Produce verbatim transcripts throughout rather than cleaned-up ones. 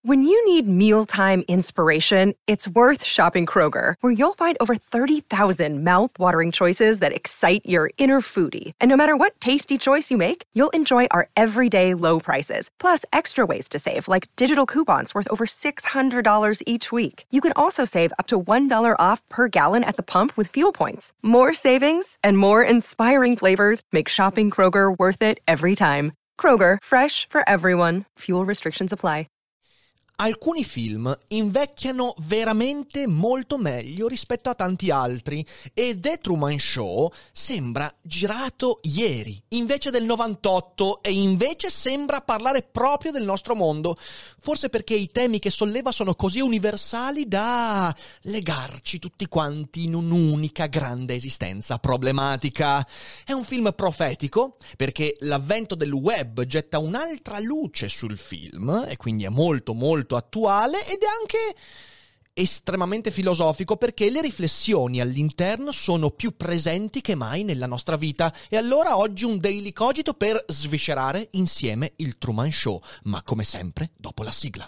When you need mealtime inspiration, it's worth shopping Kroger, where you'll find over thirty thousand mouth-watering choices that excite your inner foodie. And no matter what tasty choice you make, you'll enjoy our everyday low prices, plus extra ways to save, like digital coupons worth over six hundred dollars each week. You can also save up to one dollar off per gallon at the pump with fuel points. More savings and more inspiring flavors make shopping Kroger worth it every time. Kroger, fresh for everyone. Fuel restrictions apply. Alcuni film invecchiano veramente molto meglio rispetto a tanti altri e The Truman Show sembra girato ieri, invece del novantotto, e invece sembra parlare proprio del nostro mondo, forse perché i temi che solleva sono così universali da legarci tutti quanti in un'unica grande esistenza problematica. È un film profetico perché l'avvento del web getta un'altra luce sul film e quindi è molto molto attuale, ed è anche estremamente filosofico perché le riflessioni all'interno sono più presenti che mai nella nostra vita. E allora oggi un Daily Cogito per sviscerare insieme il Truman Show, ma come sempre dopo la sigla.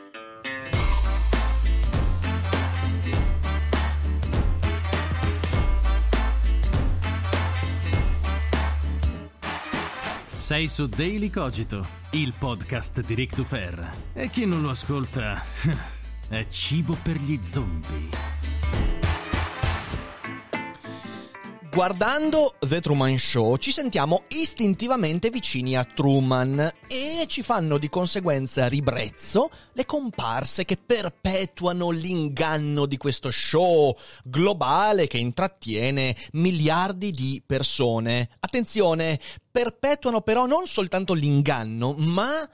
Sei su Daily Cogito, il podcast di Rick Dufer. E chi non lo ascolta è cibo per gli zombie. Guardando The Truman Show ci sentiamo istintivamente vicini a Truman e ci fanno di conseguenza ribrezzo le comparse che perpetuano l'inganno di questo show globale che intrattiene miliardi di persone. Attenzione, perpetuano però non soltanto l'inganno, ma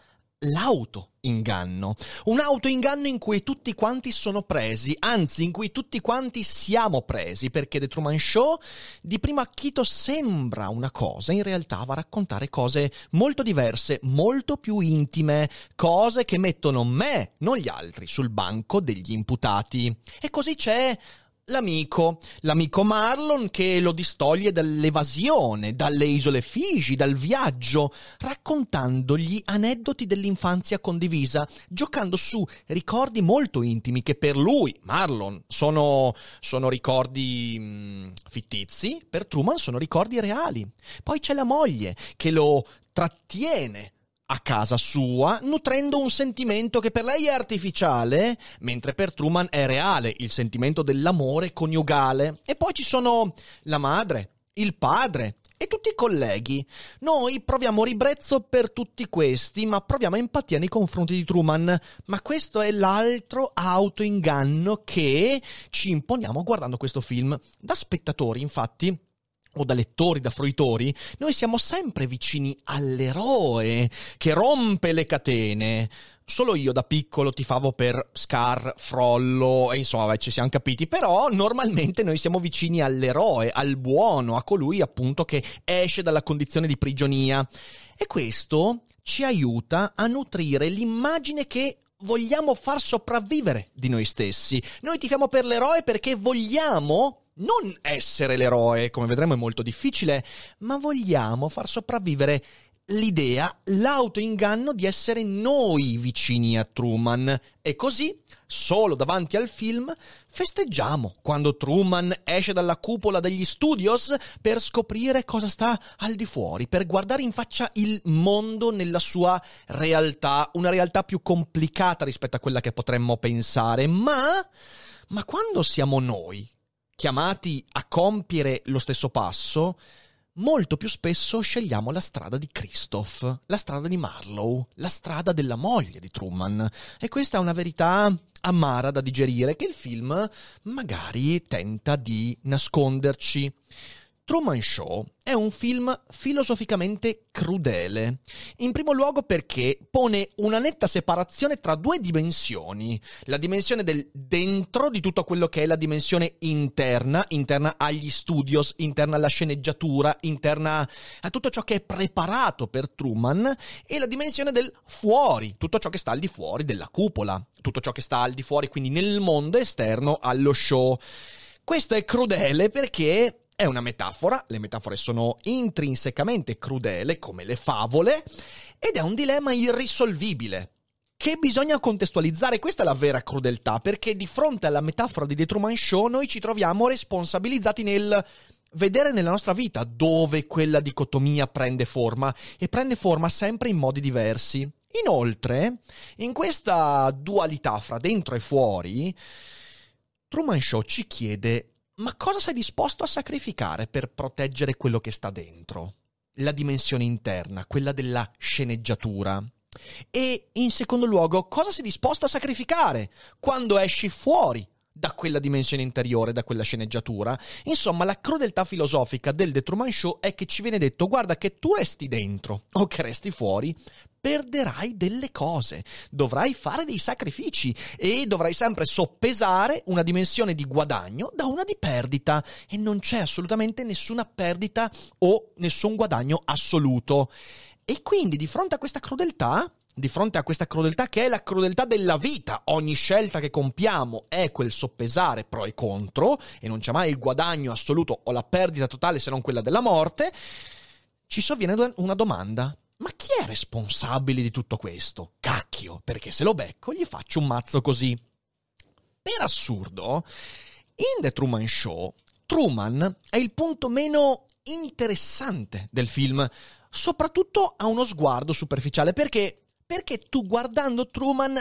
l'autoinganno. Un autoinganno in cui tutti quanti sono presi, anzi in cui tutti quanti siamo presi, perché The Truman Show di primo acchito sembra una cosa, in realtà va a raccontare cose molto diverse, molto più intime, cose che mettono me, non gli altri, sul banco degli imputati. E così c'è L'amico, l'amico Marlon che lo distoglie dall'evasione, dalle isole Figi, dal viaggio, raccontandogli aneddoti dell'infanzia condivisa, giocando su ricordi molto intimi che per lui, Marlon, sono, sono ricordi mh, fittizi, per Truman sono ricordi reali. Poi c'è la moglie che lo trattiene a casa sua, nutrendo un sentimento che per lei è artificiale, mentre per Truman è reale, il sentimento dell'amore coniugale. E poi ci sono la madre, il padre e tutti i colleghi. Noi proviamo ribrezzo per tutti questi, ma proviamo empatia nei confronti di Truman. Ma questo è l'altro autoinganno che ci imponiamo guardando questo film. Da spettatori, infatti, o da lettori, da fruitori, noi siamo sempre vicini all'eroe che rompe le catene. Solo io da piccolo tifavo per Scar, Frollo, e insomma ci siamo capiti, però normalmente noi siamo vicini all'eroe, al buono, a colui appunto che esce dalla condizione di prigionia. E questo ci aiuta a nutrire l'immagine che vogliamo far sopravvivere di noi stessi. Noi tifiamo per l'eroe perché vogliamo non essere l'eroe, come vedremo è molto difficile, ma vogliamo far sopravvivere l'idea, l'autoinganno di essere noi vicini a Truman. E così, solo davanti al film, festeggiamo quando Truman esce dalla cupola degli studios per scoprire cosa sta al di fuori, per guardare in faccia il mondo nella sua realtà, una realtà più complicata rispetto a quella che potremmo pensare, ma, ma quando siamo noi chiamati a compiere lo stesso passo, molto più spesso scegliamo la strada di Christoph, la strada di Marlowe, la strada della moglie di Truman. E questa è una verità amara da digerire che il film magari tenta di nasconderci. Truman Show è un film filosoficamente crudele. In primo luogo perché pone una netta separazione tra due dimensioni. La dimensione del dentro di tutto quello che è la dimensione interna, interna agli studios, interna alla sceneggiatura, interna a tutto ciò che è preparato per Truman, e la dimensione del fuori, tutto ciò che sta al di fuori della cupola, tutto ciò che sta al di fuori, quindi nel mondo esterno allo show. Questo è crudele perché è una metafora, le metafore sono intrinsecamente crudele, come le favole, ed è un dilemma irrisolvibile. che bisogna contestualizzare. Questa è la vera crudeltà, perché di fronte alla metafora di The Truman Show noi ci troviamo responsabilizzati nel vedere nella nostra vita dove quella dicotomia prende forma, e prende forma sempre in modi diversi. Inoltre, in questa dualità fra dentro e fuori, Truman Show ci chiede: ma cosa sei disposto a sacrificare per proteggere quello che sta dentro? La dimensione interna, quella della sceneggiatura. E in secondo luogo, cosa sei disposto a sacrificare quando esci fuori da quella dimensione interiore, da quella sceneggiatura? Insomma, la crudeltà filosofica del The Truman Show è che ci viene detto: guarda che tu resti dentro o che resti fuori, perderai delle cose, dovrai fare dei sacrifici e dovrai sempre soppesare una dimensione di guadagno da una di perdita, e non c'è assolutamente nessuna perdita o nessun guadagno assoluto. E quindi di fronte a questa crudeltà, di fronte a questa crudeltà che è la crudeltà della vita, ogni scelta che compiamo è quel soppesare pro e contro, e non c'è mai il guadagno assoluto o la perdita totale se non quella della morte, ci sovviene una domanda: ma chi è responsabile di tutto questo? Cacchio, perché se lo becco gli faccio un mazzo così. Per assurdo, in The Truman Show, Truman è il punto meno interessante del film, soprattutto a uno sguardo superficiale, perché perché tu guardando Truman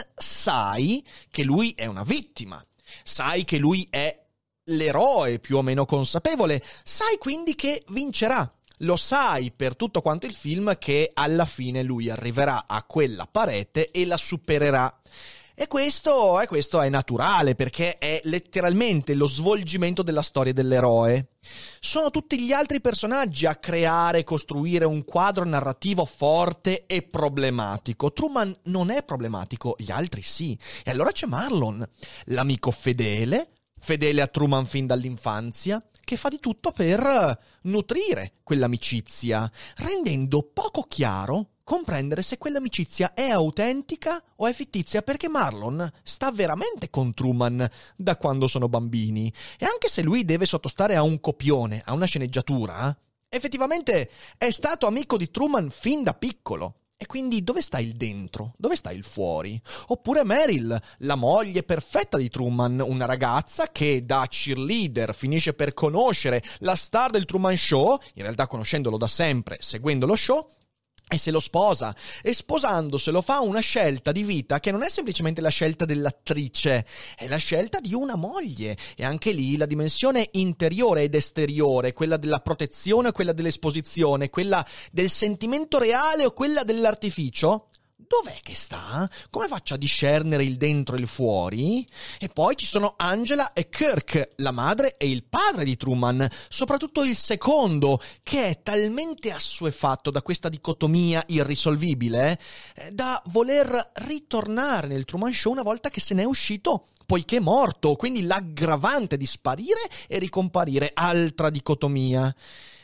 sai che lui è una vittima, sai che lui è l'eroe più o meno consapevole, sai quindi che vincerà. Lo sai per tutto quanto il film che alla fine lui arriverà a quella parete e la supererà. E questo, e questo è naturale, perché è letteralmente lo svolgimento della storia dell'eroe. Sono tutti gli altri personaggi a creare e costruire un quadro narrativo forte e problematico. Truman non è problematico, gli altri sì. E allora c'è Marlon, l'amico fedele, fedele a Truman fin dall'infanzia, che fa di tutto per nutrire quell'amicizia, rendendo poco chiaro comprendere se quell'amicizia è autentica o è fittizia, perché Marlon sta veramente con Truman da quando sono bambini, e anche se lui deve sottostare a un copione, a una sceneggiatura, effettivamente è stato amico di Truman fin da piccolo. E quindi dove sta il dentro? Dove sta il fuori? Oppure Meryl, la moglie perfetta di Truman, una ragazza che da cheerleader finisce per conoscere la star del Truman Show, in realtà conoscendolo da sempre, seguendo lo show, e se lo sposa, e sposandoselo fa una scelta di vita che non è semplicemente la scelta dell'attrice, è la scelta di una moglie. E anche lì la dimensione interiore ed esteriore, quella della protezione o quella dell'esposizione, quella del sentimento reale o quella dell'artificio, dov'è che sta? Come faccio a discernere il dentro e il fuori? E poi ci sono Angela e Kirk, la madre e il padre di Truman, soprattutto il secondo, che è talmente assuefatto da questa dicotomia irrisolvibile eh, da voler ritornare nel Truman Show una volta che se n'è uscito, poiché è morto, quindi l'aggravante di sparire e ricomparire, altra dicotomia.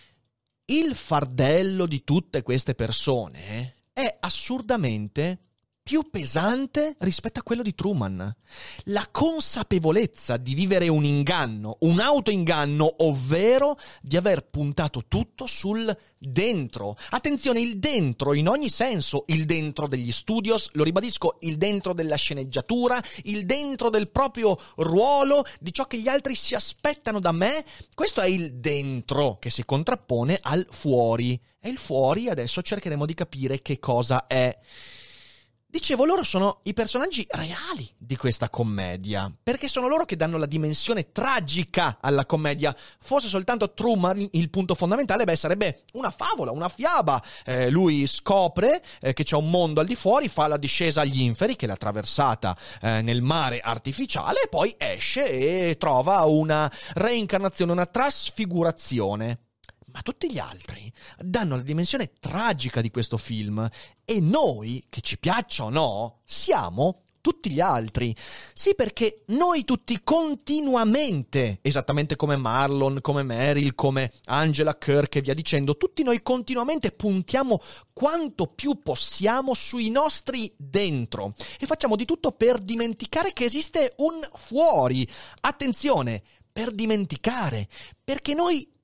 Il fardello di tutte queste persone è assurdamente più pesante rispetto a quello di Truman. La consapevolezza di vivere un inganno, un autoinganno, ovvero di aver puntato tutto sul dentro. Attenzione, il dentro in ogni senso, il dentro degli studios, lo ribadisco, il dentro della sceneggiatura, il dentro del proprio ruolo, di ciò che gli altri si aspettano da me. Questo è il dentro che si contrappone al fuori. E il fuori adesso cercheremo di capire che cosa è. Dicevo, loro sono i personaggi reali di questa commedia, perché sono loro che danno la dimensione tragica alla commedia. Fosse soltanto Truman il punto fondamentale, beh, sarebbe una favola, una fiaba. Eh, lui scopre eh, che c'è un mondo al di fuori, fa la discesa agli inferi, che è la traversata eh, nel mare artificiale, e poi esce e trova una reincarnazione, una trasfigurazione. Ma tutti gli altri danno la dimensione tragica di questo film, e noi, che ci piaccia o no, siamo tutti gli altri. Sì, perché noi tutti continuamente, esattamente come Marlon, come Meryl, come Angela, Kirk e via dicendo, tutti noi continuamente puntiamo quanto più possiamo sui nostri dentro e facciamo di tutto per dimenticare che esiste un fuori. Attenzione, per dimenticare, perché noi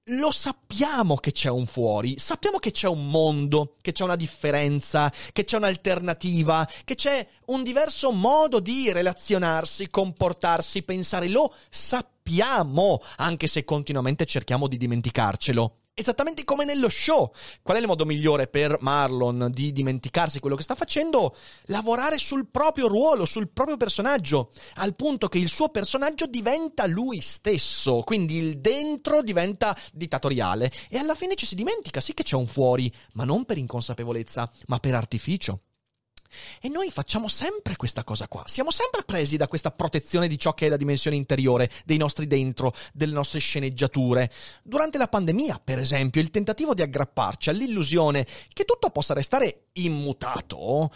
lo sappiamo che c'è un fuori, sappiamo che c'è un mondo, che c'è una differenza, che c'è un'alternativa, che c'è un diverso modo di relazionarsi, comportarsi, pensare, lo sappiamo, anche se continuamente cerchiamo di dimenticarcelo. Esattamente come nello show. Qual è il modo migliore per Marlon di dimenticarsi quello che sta facendo? Lavorare sul proprio ruolo, sul proprio personaggio, al punto che il suo personaggio diventa lui stesso, quindi il dentro diventa dittatoriale e alla fine ci si dimentica, sì che c'è un fuori, ma non per inconsapevolezza, ma per artificio. E noi facciamo sempre questa cosa qua, siamo sempre presi da questa protezione di ciò che è la dimensione interiore, dei nostri dentro, delle nostre sceneggiature. Durante la pandemia, per esempio, il tentativo di aggrapparci all'illusione che tutto possa restare immutato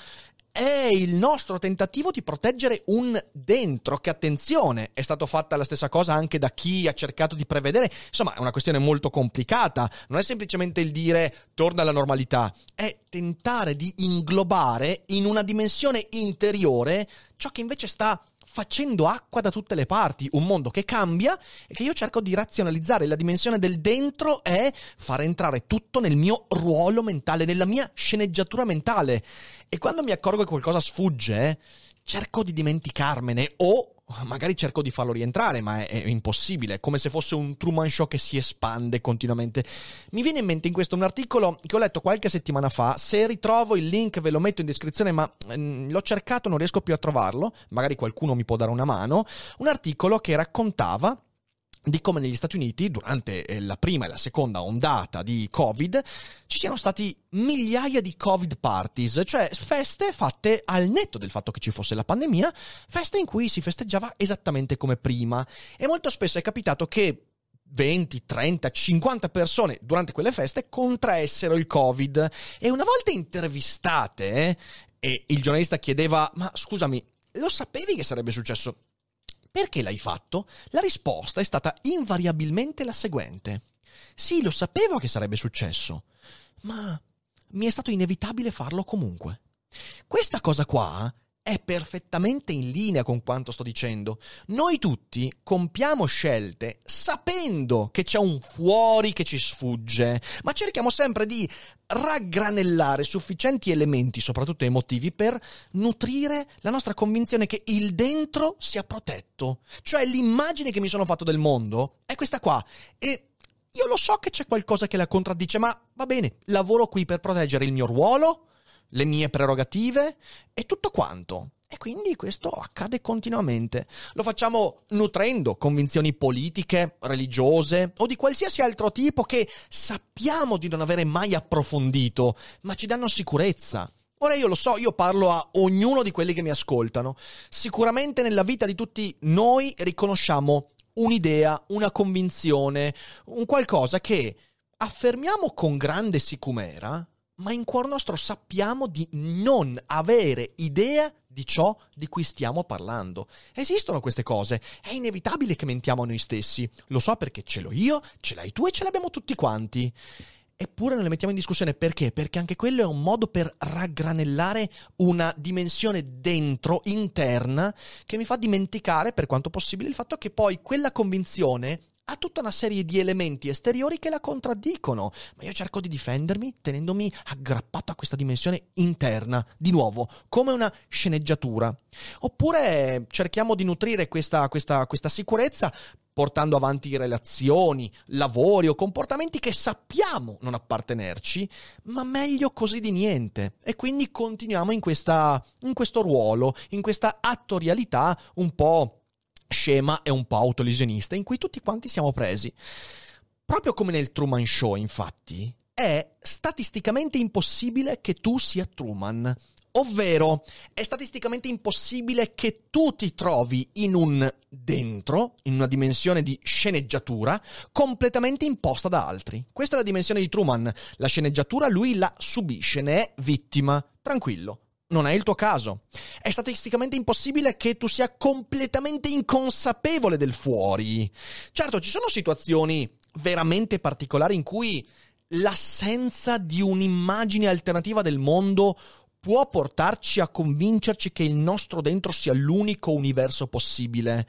è il nostro tentativo di proteggere un dentro, che attenzione, è stato fatta la stessa cosa anche da chi ha cercato di prevedere, insomma è una questione molto complicata, non è semplicemente il dire torna alla normalità, è tentare di inglobare in una dimensione interiore ciò che invece sta facendo acqua da tutte le parti, un mondo che cambia e che io cerco di razionalizzare. La dimensione del dentro è far entrare tutto nel mio ruolo mentale, nella mia sceneggiatura mentale. E quando mi accorgo che qualcosa sfugge, cerco di dimenticarmene o magari cerco di farlo rientrare, ma è, è impossibile, è come se fosse un Truman Show che si espande continuamente. Mi viene in mente in questo un articolo che ho letto qualche settimana fa, se ritrovo il link ve lo metto in descrizione, ma mh, l'ho cercato, non riesco più a trovarlo, magari qualcuno mi può dare una mano, un articolo che raccontava di come negli Stati Uniti, durante la prima e la seconda ondata di Covid, ci siano stati migliaia di Covid parties, cioè feste fatte al netto del fatto che ci fosse la pandemia, feste in cui si festeggiava esattamente come prima. E molto spesso è capitato che venti, trenta, cinquanta persone durante quelle feste contraessero il Covid. E una volta intervistate, eh, e il giornalista chiedeva, ma scusami, lo sapevi che sarebbe successo? Perché l'hai fatto? La risposta è stata invariabilmente la seguente. Sì, lo sapevo che sarebbe successo, ma mi è stato inevitabile farlo comunque. Questa cosa qua è perfettamente in linea con quanto sto dicendo. Noi tutti compiamo scelte sapendo che c'è un fuori che ci sfugge, ma cerchiamo sempre di raggranellare sufficienti elementi, soprattutto emotivi, per nutrire la nostra convinzione che il dentro sia protetto. Cioè l'immagine che mi sono fatto del mondo è questa qua e io lo so che c'è qualcosa che la contraddice, ma va bene, lavoro qui per proteggere il mio ruolo, le mie prerogative e tutto quanto. E quindi questo accade continuamente. Lo facciamo nutrendo convinzioni politiche, religiose o di qualsiasi altro tipo che sappiamo di non avere mai approfondito, ma ci danno sicurezza. Ora io lo so, io parlo a ognuno di quelli che mi ascoltano. Sicuramente nella vita di tutti noi riconosciamo un'idea, una convinzione, un qualcosa che affermiamo con grande sicumera, ma in cuor nostro sappiamo di non avere idea di ciò di cui stiamo parlando. Esistono queste cose, è inevitabile che mentiamo a noi stessi. Lo so perché ce l'ho io, ce l'hai tu e ce l'abbiamo tutti quanti. Eppure non le mettiamo in discussione. Perché? Perché anche quello è un modo per raggranellare una dimensione dentro, interna, che mi fa dimenticare per quanto possibile il fatto che poi quella convinzione ha tutta una serie di elementi esteriori che la contraddicono, ma io cerco di difendermi tenendomi aggrappato a questa dimensione interna, di nuovo, come una sceneggiatura. Oppure cerchiamo di nutrire questa, questa, questa sicurezza portando avanti relazioni, lavori o comportamenti che sappiamo non appartenerci, ma meglio così di niente. E quindi continuiamo in, questa, in questo ruolo, in questa attorialità un po' scema e un po' autolesionista in cui tutti quanti siamo presi. Proprio come nel Truman Show, infatti, è statisticamente impossibile che tu sia Truman. Ovvero, è statisticamente impossibile che tu ti trovi in un dentro, in una dimensione di sceneggiatura, completamente imposta da altri. Questa è la dimensione di Truman. La sceneggiatura lui la subisce, ne è vittima. Tranquillo. Non è il tuo caso. È statisticamente impossibile che tu sia completamente inconsapevole del fuori. Certo, ci sono situazioni veramente particolari in cui l'assenza di un'immagine alternativa del mondo può portarci a convincerci che il nostro dentro sia l'unico universo possibile.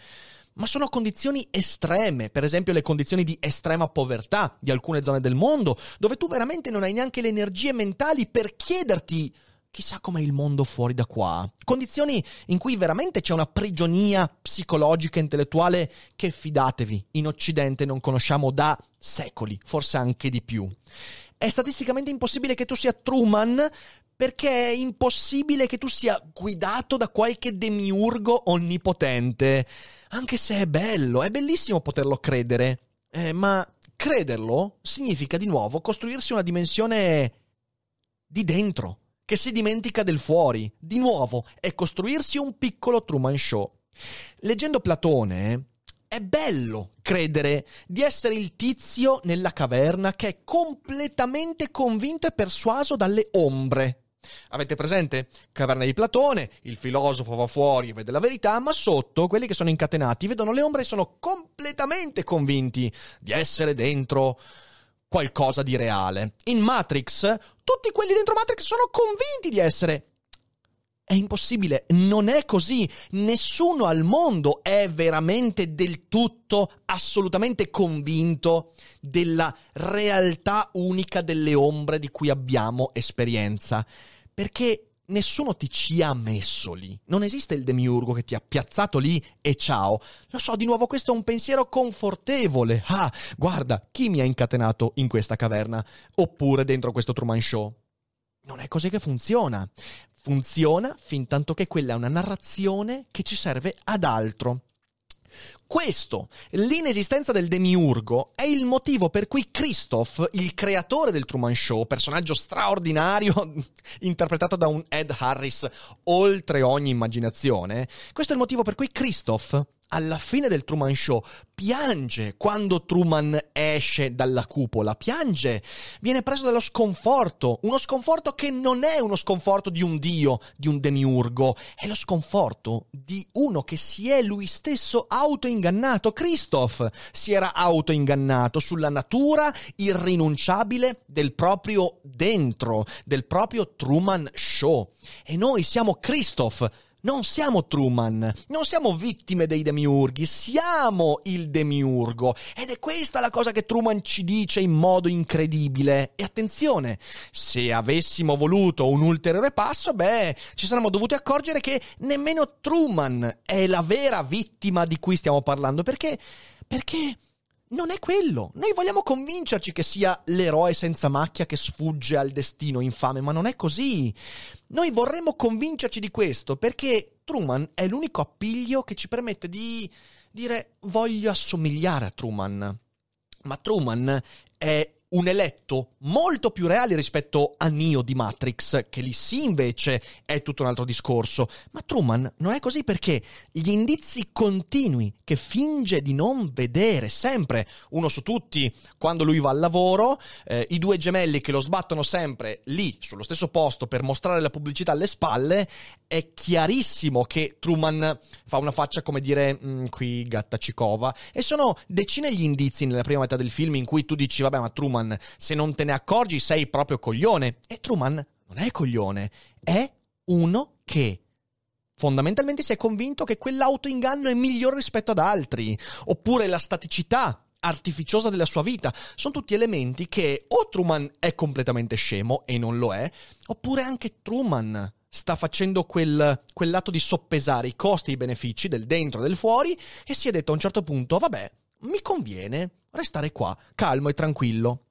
ma sono condizioni estreme, per esempio le condizioni di estrema povertà di alcune zone del mondo, dove tu veramente non hai neanche le energie mentali per chiederti chissà com'è il mondo fuori da qua. Condizioni in cui veramente c'è una prigionia psicologica e intellettuale che, fidatevi, in Occidente non conosciamo da secoli, forse anche di più. È statisticamente impossibile che tu sia Truman, perché è impossibile che tu sia guidato da qualche demiurgo onnipotente. Anche se è bello, è bellissimo poterlo credere, eh, ma crederlo significa di nuovo costruirsi una dimensione di dentro, che si dimentica del fuori. Di nuovo, è costruirsi un piccolo Truman Show. Leggendo Platone, è bello credere di essere il tizio nella caverna che è completamente convinto e persuaso dalle ombre. Avete presente? Caverna di Platone, il filosofo va fuori e vede la verità, ma sotto quelli che sono incatenati vedono le ombre e sono completamente convinti di essere dentro qualcosa di reale. In Matrix, tutti quelli dentro Matrix sono convinti di essere. È impossibile, non è così. Nessuno al mondo è veramente del tutto, assolutamente convinto della realtà unica delle ombre di cui abbiamo esperienza. Perché nessuno ti ci ha messo lì. Non esiste il demiurgo che ti ha piazzato lì e ciao. Lo so, di nuovo questo è un pensiero confortevole. Ah, guarda, chi mi ha incatenato in questa caverna? Oppure dentro questo Truman Show? Non è così che funziona. Funziona fin tanto che quella è una narrazione che ci serve ad altro. Questo, l'inesistenza del demiurgo, è il motivo per cui Christof, il creatore del Truman Show, personaggio straordinario interpretato da un Ed Harris oltre ogni immaginazione, questo è il motivo per cui Christof, alla fine del Truman Show, piange quando Truman esce dalla cupola, piange, viene preso dallo sconforto, uno sconforto che non è uno sconforto di un dio, di un demiurgo, è lo sconforto di uno che si è lui stesso autoingannato. Christof si era autoingannato sulla natura irrinunciabile del proprio dentro, del proprio Truman Show. E noi siamo Christof. Non siamo Truman, non siamo vittime dei demiurghi, siamo il demiurgo. Ed è questa la cosa che Truman ci dice in modo incredibile. E attenzione, se avessimo voluto un ulteriore passo, beh, ci saremmo dovuti accorgere che nemmeno Truman è la vera vittima di cui stiamo parlando. Perché? Perché non è quello. Noi vogliamo convincerci che sia l'eroe senza macchia che sfugge al destino infame, ma non è così. Noi vorremmo convincerci di questo perché Truman è l'unico appiglio che ci permette di dire voglio assomigliare a Truman. Ma Truman è un eletto molto più reale rispetto a Neo di Matrix, che lì sì invece è tutto un altro discorso. Ma Truman non è così perché gli indizi continui che finge di non vedere sempre, uno su tutti, quando lui va al lavoro, eh, i due gemelli che lo sbattono sempre lì, sullo stesso posto, per mostrare la pubblicità alle spalle, è chiarissimo che Truman fa una faccia come dire mm, qui gatta ci cova, e sono decine gli indizi nella prima metà del film in cui tu dici vabbè ma Truman, se non te ne accorgi sei proprio coglione. E Truman non è coglione, è uno che fondamentalmente si è convinto che quell'autoinganno è migliore rispetto ad altri, oppure la staticità artificiosa della sua vita. Sono tutti elementi che o Truman è completamente scemo e non lo è, oppure anche Truman sta facendo quel, quel lato di soppesare i costi e i benefici del dentro e del fuori e si è detto a un certo punto vabbè, mi conviene restare qua, calmo e tranquillo.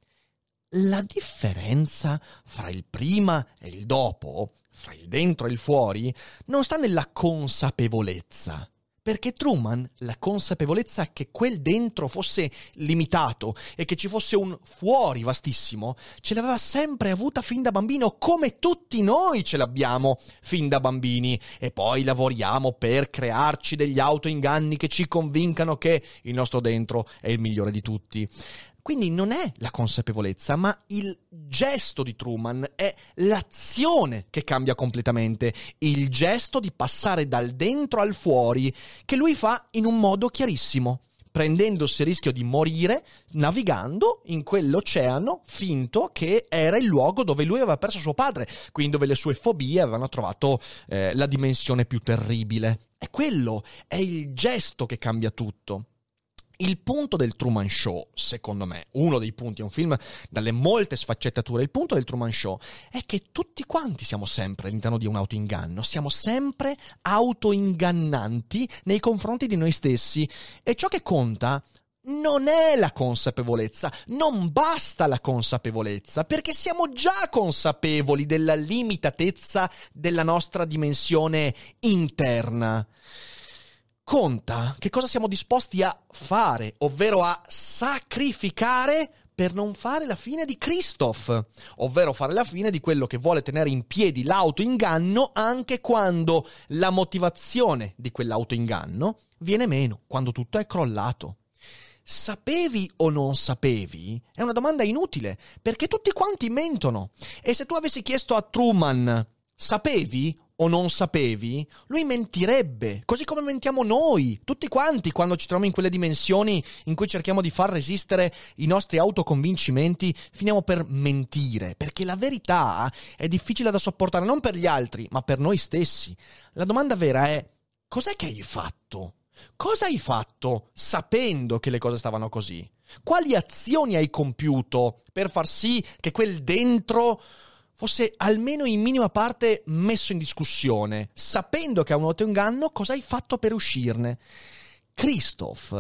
La differenza fra il prima e il dopo, fra il dentro e il fuori, non sta nella consapevolezza. Perché Truman, la consapevolezza che quel dentro fosse limitato e che ci fosse un fuori vastissimo, ce l'aveva sempre avuta fin da bambino, come tutti noi ce l'abbiamo fin da bambini. E poi lavoriamo per crearci degli autoinganni che ci convincano che il nostro dentro è il migliore di tutti. Quindi non è la consapevolezza, ma il gesto di Truman è l'azione che cambia completamente, il gesto di passare dal dentro al fuori che lui fa in un modo chiarissimo. prendendosi il rischio di morire navigando in quell'oceano finto che era il luogo dove lui aveva perso suo padre, quindi dove le sue fobie avevano trovato eh, la dimensione più terribile. E quello è il gesto che cambia tutto. Il punto del Truman Show, secondo me, uno dei punti, è un film dalle molte sfaccettature, il punto del Truman Show è che tutti quanti siamo sempre all'interno di un autoinganno, siamo sempre autoingannanti nei confronti di noi stessi, e ciò che conta non è la consapevolezza, non basta la consapevolezza, perché siamo già consapevoli della limitatezza della nostra dimensione interna. Conta che cosa siamo disposti a fare, ovvero a sacrificare per non fare la fine di Christoph, ovvero fare la fine di quello che vuole tenere in piedi l'autoinganno anche quando la motivazione di quell'autoinganno viene meno, quando tutto è crollato. Sapevi o non sapevi? È una domanda inutile, perché tutti quanti mentono. E se tu avessi chiesto a Truman, sapevi o non sapevi, lui mentirebbe, così come mentiamo noi, tutti quanti, quando ci troviamo in quelle dimensioni in cui cerchiamo di far resistere i nostri autoconvincimenti, finiamo per mentire, perché la verità è difficile da sopportare, non per gli altri, ma per noi stessi. La domanda vera è: cos'è che hai fatto? Cosa hai fatto sapendo che le cose stavano così? Quali azioni hai compiuto per far sì che quel dentro fosse almeno in minima parte messo in discussione? Sapendo che è un autoinganno, cosa hai fatto per uscirne? Christoph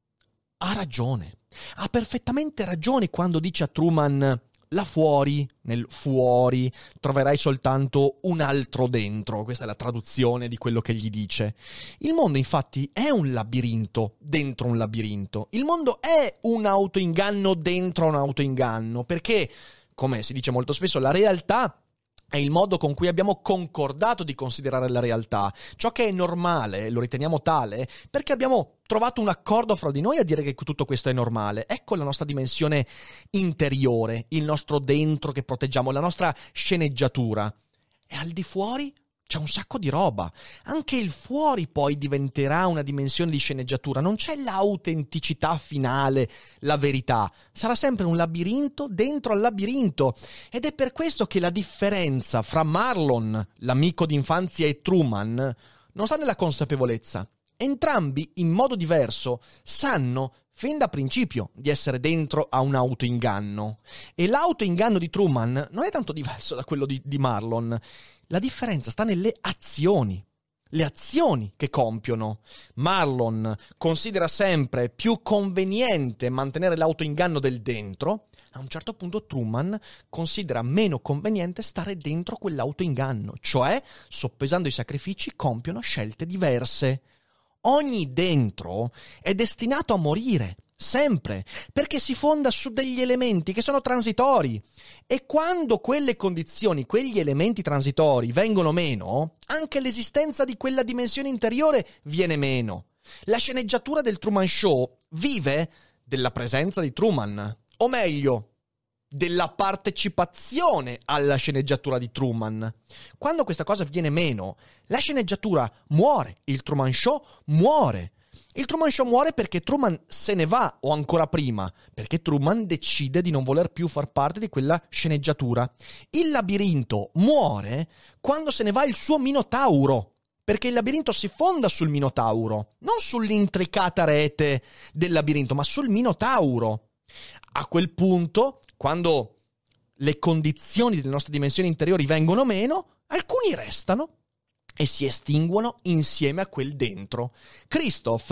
ha ragione, ha perfettamente ragione quando dice a Truman: là fuori, nel fuori, troverai soltanto un altro dentro. Questa è la traduzione di quello che gli dice. Il mondo, infatti, è un labirinto dentro un labirinto. Il mondo è un autoinganno dentro un autoinganno, perché, come si dice molto spesso, la realtà è il modo con cui abbiamo concordato di considerare la realtà. Ciò che è normale lo riteniamo tale perché abbiamo trovato un accordo fra di noi a dire che tutto questo è normale. Ecco la nostra dimensione interiore, il nostro dentro che proteggiamo, la nostra sceneggiatura. E al di fuori c'è un sacco di roba. Anche il fuori poi diventerà una dimensione di sceneggiatura. Non c'è l'autenticità finale, la verità. Sarà sempre un labirinto dentro al labirinto. Ed è per questo che la differenza fra Marlon, l'amico d'infanzia, e Truman non sta nella consapevolezza. Entrambi, in modo diverso, sanno fin da principio di essere dentro a un autoinganno. E l'autoinganno di Truman non è tanto diverso da quello di, di Marlon. La differenza sta nelle azioni, le azioni che compiono. Marlon considera sempre più conveniente mantenere l'autoinganno del dentro. A un certo punto Truman considera meno conveniente stare dentro quell'autoinganno, cioè, soppesando i sacrifici, compiono scelte diverse. Ogni dentro è destinato a morire, sempre, perché si fonda su degli elementi che sono transitori. E quando quelle condizioni, quegli elementi transitori vengono meno, anche l'esistenza di quella dimensione interiore viene meno. La sceneggiatura del Truman Show vive della presenza di Truman, o meglio, della partecipazione alla sceneggiatura di Truman. Quando questa cosa viene meno, la sceneggiatura muore, il Truman Show muore. Il Truman Show muore perché Truman se ne va, o ancora prima, perché Truman decide di non voler più far parte di quella sceneggiatura. Il labirinto muore quando se ne va il suo Minotauro, perché il labirinto si fonda sul Minotauro, non sull'intricata rete del labirinto, ma sul Minotauro. A quel punto, quando le condizioni delle nostre dimensioni interiori vengono meno, alcuni restano e si estinguono insieme a quel dentro. Christoph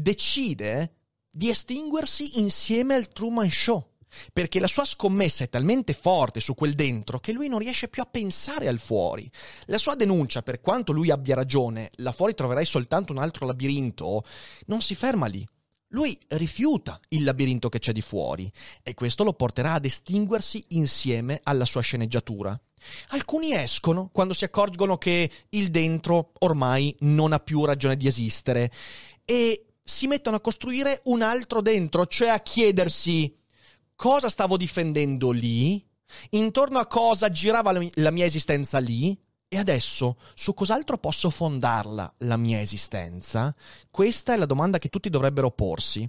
decide di estinguersi insieme al Truman Show, perché la sua scommessa è talmente forte su quel dentro che lui non riesce più a pensare al fuori. La sua denuncia, per quanto lui abbia ragione, là fuori troverai soltanto un altro labirinto, non si ferma lì. Lui rifiuta il labirinto che c'è di fuori e questo lo porterà ad estinguersi insieme alla sua sceneggiatura. Alcuni escono quando si accorgono che il dentro ormai non ha più ragione di esistere e si mettono a costruire un altro dentro, cioè a chiedersi: cosa stavo difendendo lì? Intorno a cosa girava la mia esistenza lì? E adesso, su cos'altro posso fondarla la mia esistenza? Questa è la domanda che tutti dovrebbero porsi.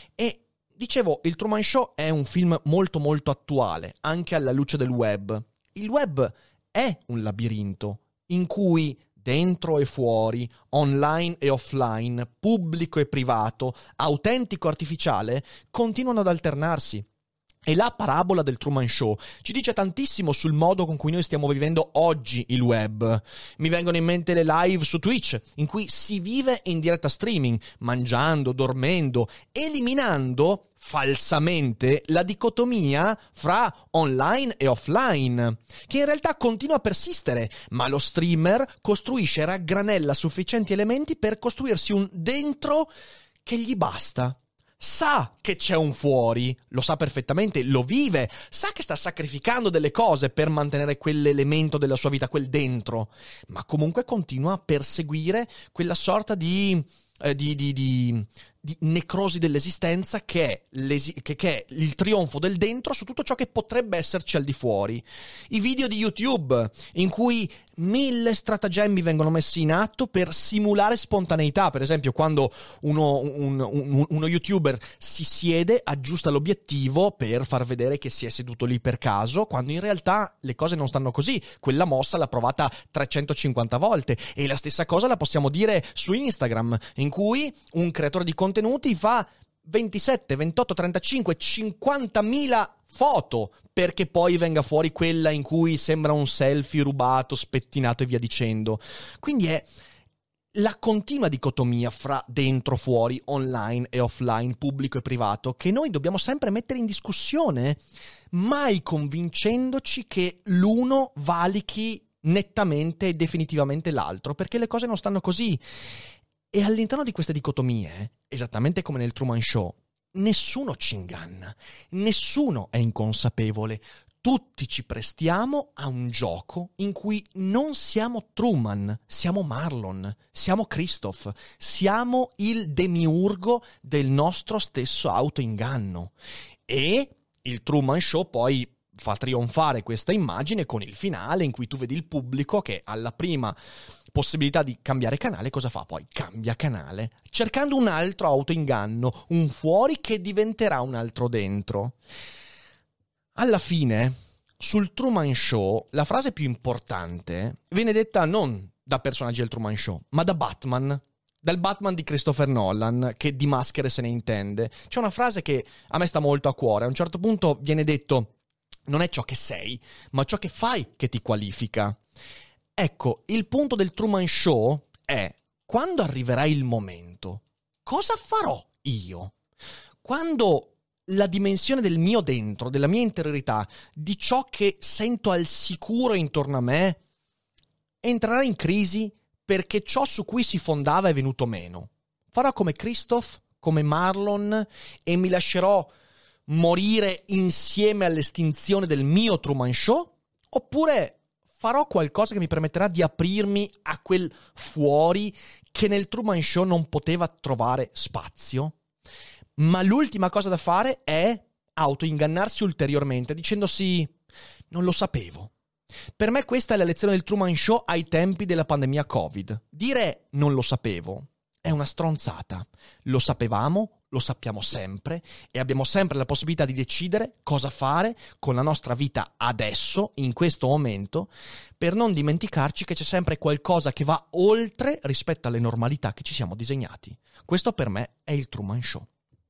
E dicevo, il Truman Show è un film molto molto attuale, anche alla luce del web. Il web è un labirinto in cui dentro e fuori, online e offline, pubblico e privato, autentico e artificiale, continuano ad alternarsi. E la parabola del Truman Show ci dice tantissimo sul modo con cui noi stiamo vivendo oggi il web. Mi vengono in mente le live su Twitch, in cui si vive in diretta streaming, mangiando, dormendo, eliminando falsamente la dicotomia fra online e offline, che in realtà continua a persistere, ma lo streamer costruisce e raggranella sufficienti elementi per costruirsi un dentro che gli basta. Sa che c'è un fuori, lo sa perfettamente, lo vive, sa che sta sacrificando delle cose per mantenere quell'elemento della sua vita, quel dentro, ma comunque continua a perseguire quella sorta di, eh, di, di, di, di necrosi dell'esistenza che è, l'esi- che, che è il trionfo del dentro su tutto ciò che potrebbe esserci al di fuori. I video di YouTube in cui mille stratagemmi vengono messi in atto per simulare spontaneità. Per esempio, quando uno, un, un, uno youtuber si siede, aggiusta l'obiettivo per far vedere che si è seduto lì per caso, quando in realtà le cose non stanno così. Quella mossa l'ha provata trecentocinquanta volte. E la stessa cosa la possiamo dire su Instagram, in cui un creatore di contenuti fa ventisette, ventotto, trentacinque, cinquantamila foto perché poi venga fuori quella in cui sembra un selfie rubato, spettinato e via dicendo. Quindi è la continua dicotomia fra dentro, fuori, online e offline, pubblico e privato, che noi dobbiamo sempre mettere in discussione, mai convincendoci che l'uno valichi nettamente e definitivamente l'altro, perché le cose non stanno così. E all'interno di queste dicotomie, esattamente come nel Truman Show, nessuno ci inganna, nessuno è inconsapevole. Tutti ci prestiamo a un gioco in cui non siamo Truman, siamo Marlon, siamo Christoph, siamo il demiurgo del nostro stesso autoinganno. E il Truman Show poi fa trionfare questa immagine con il finale in cui tu vedi il pubblico che alla prima possibilità di cambiare canale, cosa fa? Poi cambia canale, cercando un altro autoinganno, un fuori che diventerà un altro dentro. Alla fine, sul Truman Show, la frase più importante viene detta non da personaggi del Truman Show, ma da Batman, dal Batman di Christopher Nolan, che di maschere se ne intende. C'è una frase che a me sta molto a cuore. A un certo punto viene detto: non è ciò che sei, ma ciò che fai che ti qualifica. Ecco, il punto del Truman Show è: quando arriverà il momento, cosa farò io? Quando la dimensione del mio dentro, della mia interiorità, di ciò che sento al sicuro intorno a me, entrerà in crisi perché ciò su cui si fondava è venuto meno. Farò come Christoph, come Marlon, e mi lascerò morire insieme all'estinzione del mio Truman Show? Oppure farò qualcosa che mi permetterà di aprirmi a quel fuori che nel Truman Show non poteva trovare spazio? Ma l'ultima cosa da fare è autoingannarsi ulteriormente dicendosi: non lo sapevo. Per me questa è la lezione del Truman Show ai tempi della pandemia Covid. Dire non lo sapevo è una stronzata. Lo sapevamo, lo sappiamo sempre e abbiamo sempre la possibilità di decidere cosa fare con la nostra vita adesso, in questo momento, per non dimenticarci che c'è sempre qualcosa che va oltre rispetto alle normalità che ci siamo disegnati. Questo per me è il Truman Show.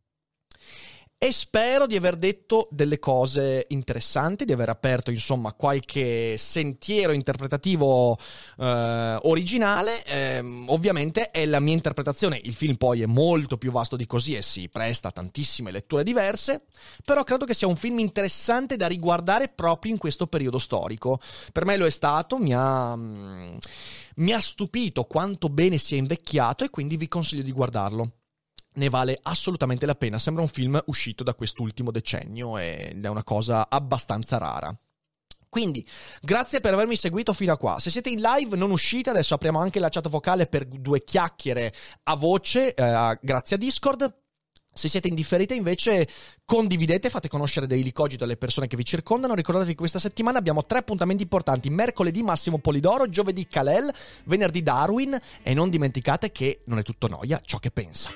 E spero di aver detto delle cose interessanti, di aver aperto insomma qualche sentiero interpretativo eh, originale. Eh, ovviamente è la mia interpretazione, il film poi è molto più vasto di così e si presta a tantissime letture diverse, però credo che sia un film interessante da riguardare proprio in questo periodo storico. Per me lo è stato, mi ha, mi ha stupito quanto bene sia invecchiato e quindi vi consiglio di guardarlo. Ne vale assolutamente la pena, sembra un film uscito da quest'ultimo decennio ed è una cosa abbastanza rara. Quindi, grazie per avermi seguito fino a qua. Se siete in live non uscite, adesso apriamo anche la chat vocale per due chiacchiere a voce, eh, grazie a Discord. Se siete indifferiti invece condividete, fate conoscere Daily Cogito alle persone che vi circondano. Ricordatevi che questa settimana abbiamo tre appuntamenti importanti: mercoledì Massimo Polidoro, giovedì Kalel, venerdì Darwin, e non dimenticate che non è tutto noia ciò che pensa.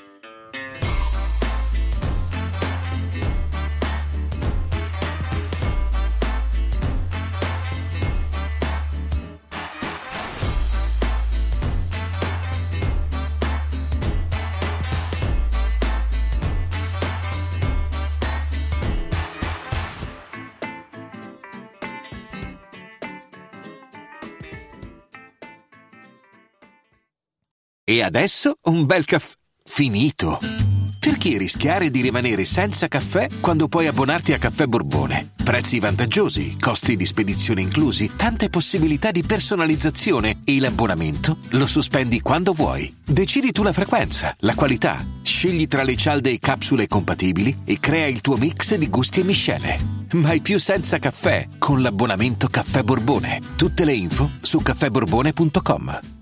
E adesso un bel caffè finito. Perché rischiare di rimanere senza caffè quando puoi abbonarti a Caffè Borbone? Prezzi vantaggiosi, costi di spedizione inclusi, tante possibilità di personalizzazione e l'abbonamento lo sospendi quando vuoi. Decidi tu la frequenza, la qualità, scegli tra le cialde e capsule compatibili e crea il tuo mix di gusti e miscele. Mai più senza caffè con l'abbonamento Caffè Borbone. Tutte le info su caffè borbone punto com.